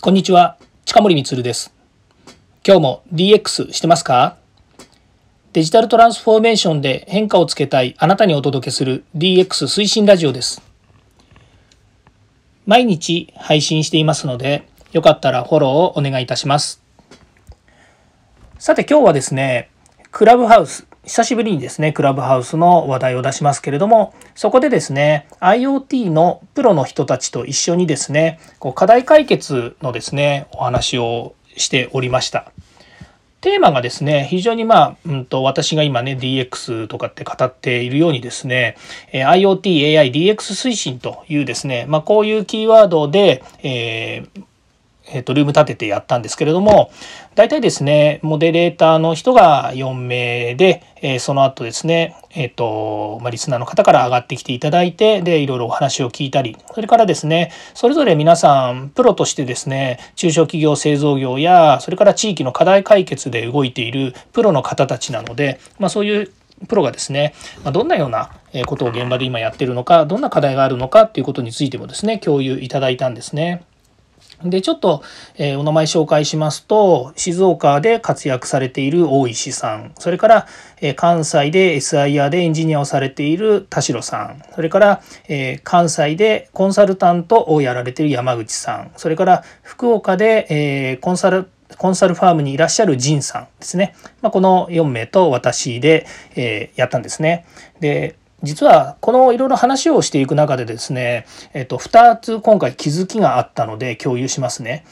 こんにちは、近森光です。今日も DX してますか？デジタルトランスフォーメーションで変化をつけたいあなたにお届けする DX 推進ラジオです。毎日配信していますので、よかったらフォローをお願いいたします。さて今日はですね、クラブハウス、久しぶりにですね、クラブハウスの話題を出しますけれども、そこでですね、IoT のプロの人たちと一緒にですね、課題解決のですね、お話をしておりました。テーマがですね、非常に私が今ね、DX とかって語っているようにですね、IoT、AI、DX 推進というですね、こういうキーワードで、ルーム立ててやったんですけれども、大体ですね、モデレーターの人が4名で、その後ですね、リスナーの方から上がってきていただいて、で、いろいろお話を聞いたり、それからですね、それぞれ皆さん、プロとしてですね、中小企業製造業や、それから地域の課題解決で動いているプロの方たちなので、そういうプロがですね、どんなようなことを現場で今やっているのか、どんな課題があるのかっていうことについてもですね、共有いただいたんですね。でちょっと、お名前紹介しますと、静岡で活躍されている大石さん、それから、関西で SIR でエンジニアをされている田代さん、それから、関西でコンサルタントをやられている山口さん、それから福岡で、コンサルファームにいらっしゃる仁さんですね。この4名と私で、やったんですね。で実はこのいろいろ話をしていく中でですね、2つ今回気づきがあったので共有しますね。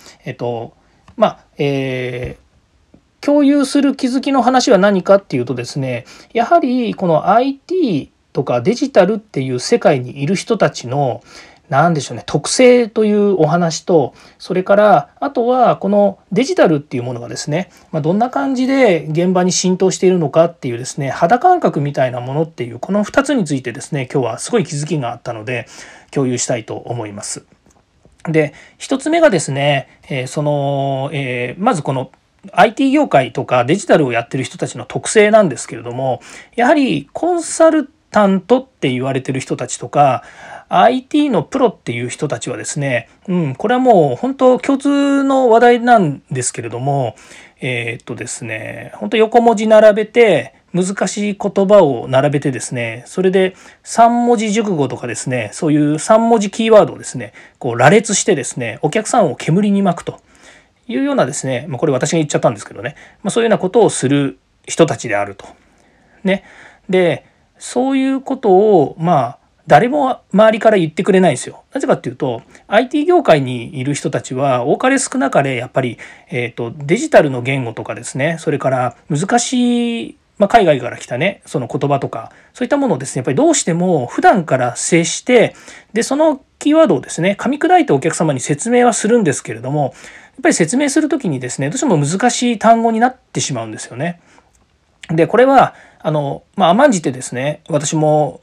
共有する気づきの話は何かっていうとですね、やはりこの IT とかデジタルっていう世界にいる人たちの何でしょうね、特性というお話と、それからあとはこのデジタルっていうものがですね、どんな感じで現場に浸透しているのかっていうですね、肌感覚みたいなものっていうこの2つについてですね、今日はすごい気づきがあったので共有したいと思います。で1つ目がですね、まずこの IT 業界とかデジタルをやってる人たちの特性なんですけれども、やはりコンサルタントって言われてる人たちとか IT のプロっていう人たちはですね、これはもう本当共通の話題なんですけれども、ですね、本当横文字並べて難しい言葉を並べてですね、それで3文字熟語とかですね、そういう3文字キーワードをですね、羅列してですね、お客さんを煙に巻くというようなですね、これ私が言っちゃったんですけどね、そういうようなことをする人たちであると。ね。で、そういうことを誰も周りから言ってくれないんですよ。なぜかっていうと IT 業界にいる人たちは多かれ少なかれやっぱり、デジタルの言語とかですね、それから難しい、海外から来たねその言葉とかそういったものをですね、やっぱりどうしても普段から接して、でそのキーワードをですね噛み砕いてお客様に説明はするんですけれども、やっぱり説明する時にですねどうしても難しい単語になってしまうんですよね。でこれは甘んじてですね、私も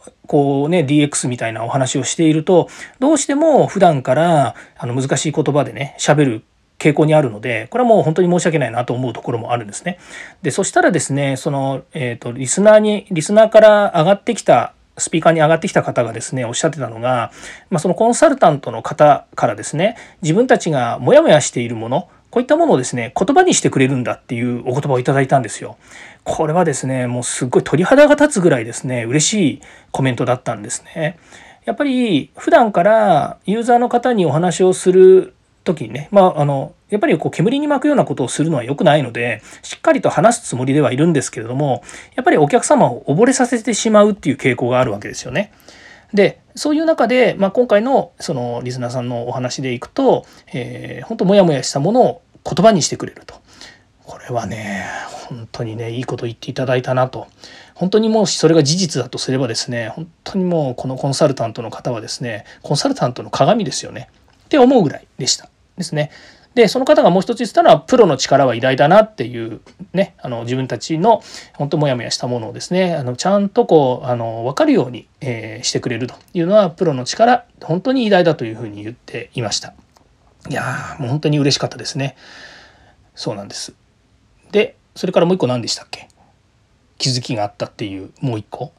DX みたいなお話をしていると、どうしても普段から難しい言葉でね喋る傾向にあるので、これはもう本当に申し訳ないなと思うところもあるんですね。でそしたらですね、リスナーから上がってきたスピーカーに上がってきた方がですねおっしゃってたのが、そのコンサルタントの方からですね、自分たちがモヤモヤしているもの、こういったものをですね言葉にしてくれるんだっていうお言葉をいただいたんですよ。これはですねもうすっごい鳥肌が立つぐらいですね嬉しいコメントだったんですね。やっぱり普段からユーザーの方にお話をする時にね、やっぱり煙に巻くようなことをするのは良くないので、しっかりと話すつもりではいるんですけれども、やっぱりお客様を溺れさせてしまうっていう傾向があるわけですよね。でそういう中で、今回のそのリスナーさんのお話でいくと、本当モヤモヤしたものを言葉にしてくれると。これはね本当にねいいこと言っていただいたなと。本当にもしそれが事実だとすればですね、本当にもうこのコンサルタントの方はですねコンサルタントの鏡ですよねって思うぐらいでしたですね。でその方がもう一つ言ってたのは、プロの力は偉大だなっていうね、自分たちの本当モヤモヤしたものをですねちゃんと分かるように、してくれるというのは、プロの力本当に偉大だというふうに言っていました。いやもう本当に嬉しかったですね。そうなんです。でそれからもう一個何でしたっけ、気づきがあったっていうもう一個、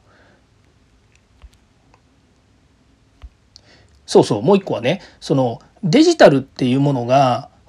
もう一個はね、そのデジタルっていうものが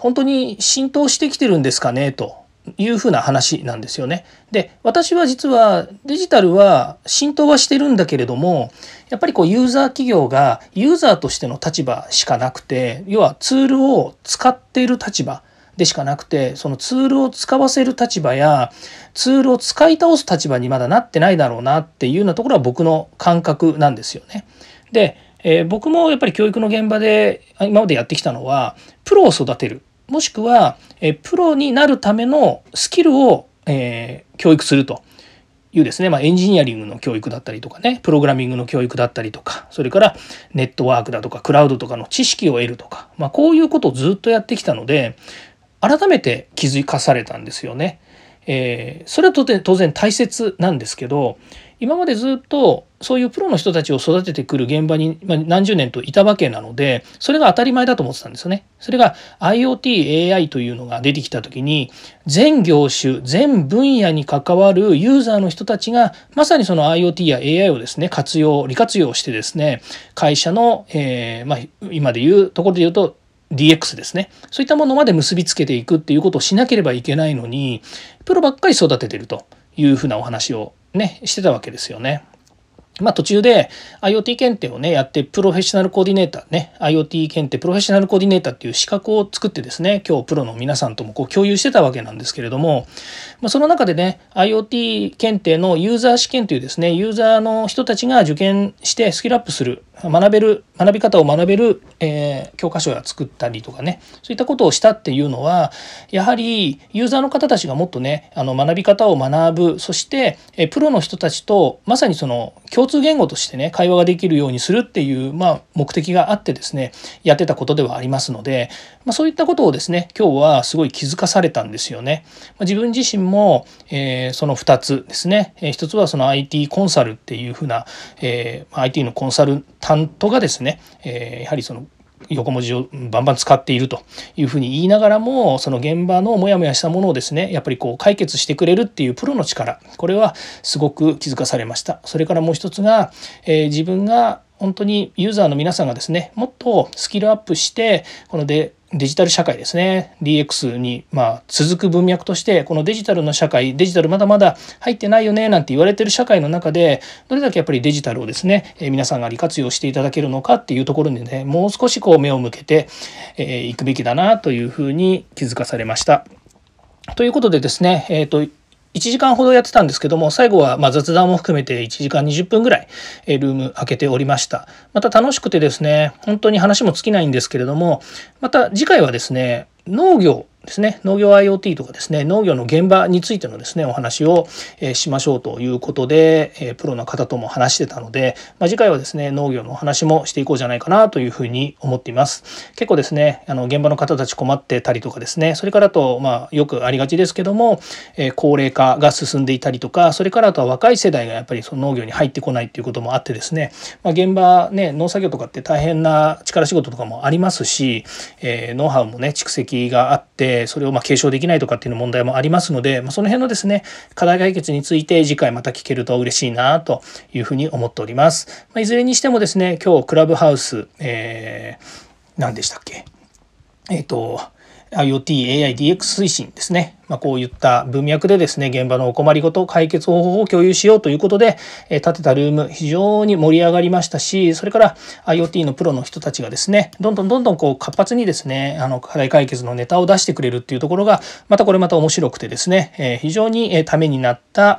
本当に浸透してきてるんですかねというふうな話なんですよね。で、私は実はデジタルは浸透はしてるんだけれども、やっぱりユーザー企業がユーザーとしての立場しかなくて、要はツールを使っている立場でしかなくて、そのツールを使わせる立場やツールを使い倒す立場にまだなってないだろうなっていうようなところは僕の感覚なんですよね。で、僕もやっぱり教育の現場で今までやってきたのは、プロを育てる、もしくはプロになるためのスキルを教育するというですね、エンジニアリングの教育だったりとかね、プログラミングの教育だったりとか、それからネットワークだとかクラウドとかの知識を得るとか、こういうことをずっとやってきたので、改めて気づかされたんですよね。それは当然大切なんですけど、今までずっとそういうプロの人たちを育ててくる現場に何十年といたわけなので、それが当たり前だと思ってたんですよね。それが IoT、AI というのが出てきた時に、全業種、全分野に関わるユーザーの人たちがまさにその IoT や AI をですね、利活用してですね、会社の、今でいうところで言うとDX ですね、そういったものまで結びつけていくっていうことをしなければいけないのに、プロばっかり育ててるというふうなお話をねしてたわけですよね。途中で IoT 検定をねやって、プロフェッショナルコーディネーターね、 IoT 検定プロフェッショナルコーディネーターっていう資格を作ってですね、今日プロの皆さんとも共有してたわけなんですけれども、その中でね IoT 検定のユーザー試験というですね、ユーザーの人たちが受験してスキルアップする、学び方を学べる、教科書を作ったりとかね、そういったことをしたっていうのは、やはりユーザーの方たちがもっとね学び方を学ぶ、そしてプロの人たちとまさにその共通言語としてね会話ができるようにするっていう、目的があってですねやってたことではありますので、そういったことをですね今日はすごい気づかされたんですよね。自分自身も、その2つですね、一つはその IT コンサルっていうふうな、IT のコンサルタントがですね、やはりその横文字をバンバン使っているというふうに言いながらも、その現場のモヤモヤしたものをですねやっぱり解決してくれるっていうプロの力、これはすごく気づかされました。それからもう一つが、自分が本当にユーザーの皆さんがですねもっとスキルアップして、このデジタル社会ですね DX に続く文脈として、このデジタルの社会、デジタルまだまだ入ってないよねなんて言われてる社会の中で、どれだけやっぱりデジタルをですね皆さんが利活用していただけるのかっていうところにね、もう少し目を向けていくべきだなというふうに気づかされました。ということでですね、1時間ほどやってたんですけども、最後は雑談も含めて1時間20分ぐらいルーム開けておりました。また楽しくてですね、本当に話も尽きないんですけれども、また次回はですね、農業ですね、農業 IoT とかですね、農業の現場についてのですねお話をしましょうということで、プロの方とも話してたので、次回はですね農業のお話もしていこうじゃないかなというふうに思っています。結構ですね現場の方たち困ってたりとかですね、それからとよくありがちですけども、高齢化が進んでいたりとか、それからあとは若い世代がやっぱりその農業に入ってこないっていうこともあってですね、現場ね農作業とかって大変な力仕事とかもありますし、ノウハウもね蓄積があって、それを継承できないとかっていう問題もありますので、その辺のですね課題解決について次回また聞けると嬉しいなというふうに思っております。いずれにしてもですね、今日クラブハウス、何でしたっけ、IoT、AI、DX 推進ですね、こういった文脈でですね現場のお困りごと解決方法を共有しようということで立てたルーム、非常に盛り上がりましたし、それから IoT のプロの人たちがですねどんどん活発にですね課題解決のネタを出してくれるっていうところがまた面白くてですね、非常にためになった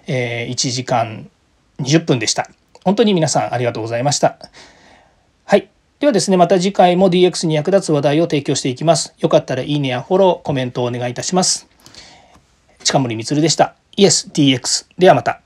1時間20分でした。本当に皆さんありがとうございました。はい。ではですね、また次回も DX に役立つ話題を提供していきます。よかったらいいねやフォロー、コメントをお願いいたします。近森光でした。Yes, DX。ではまた。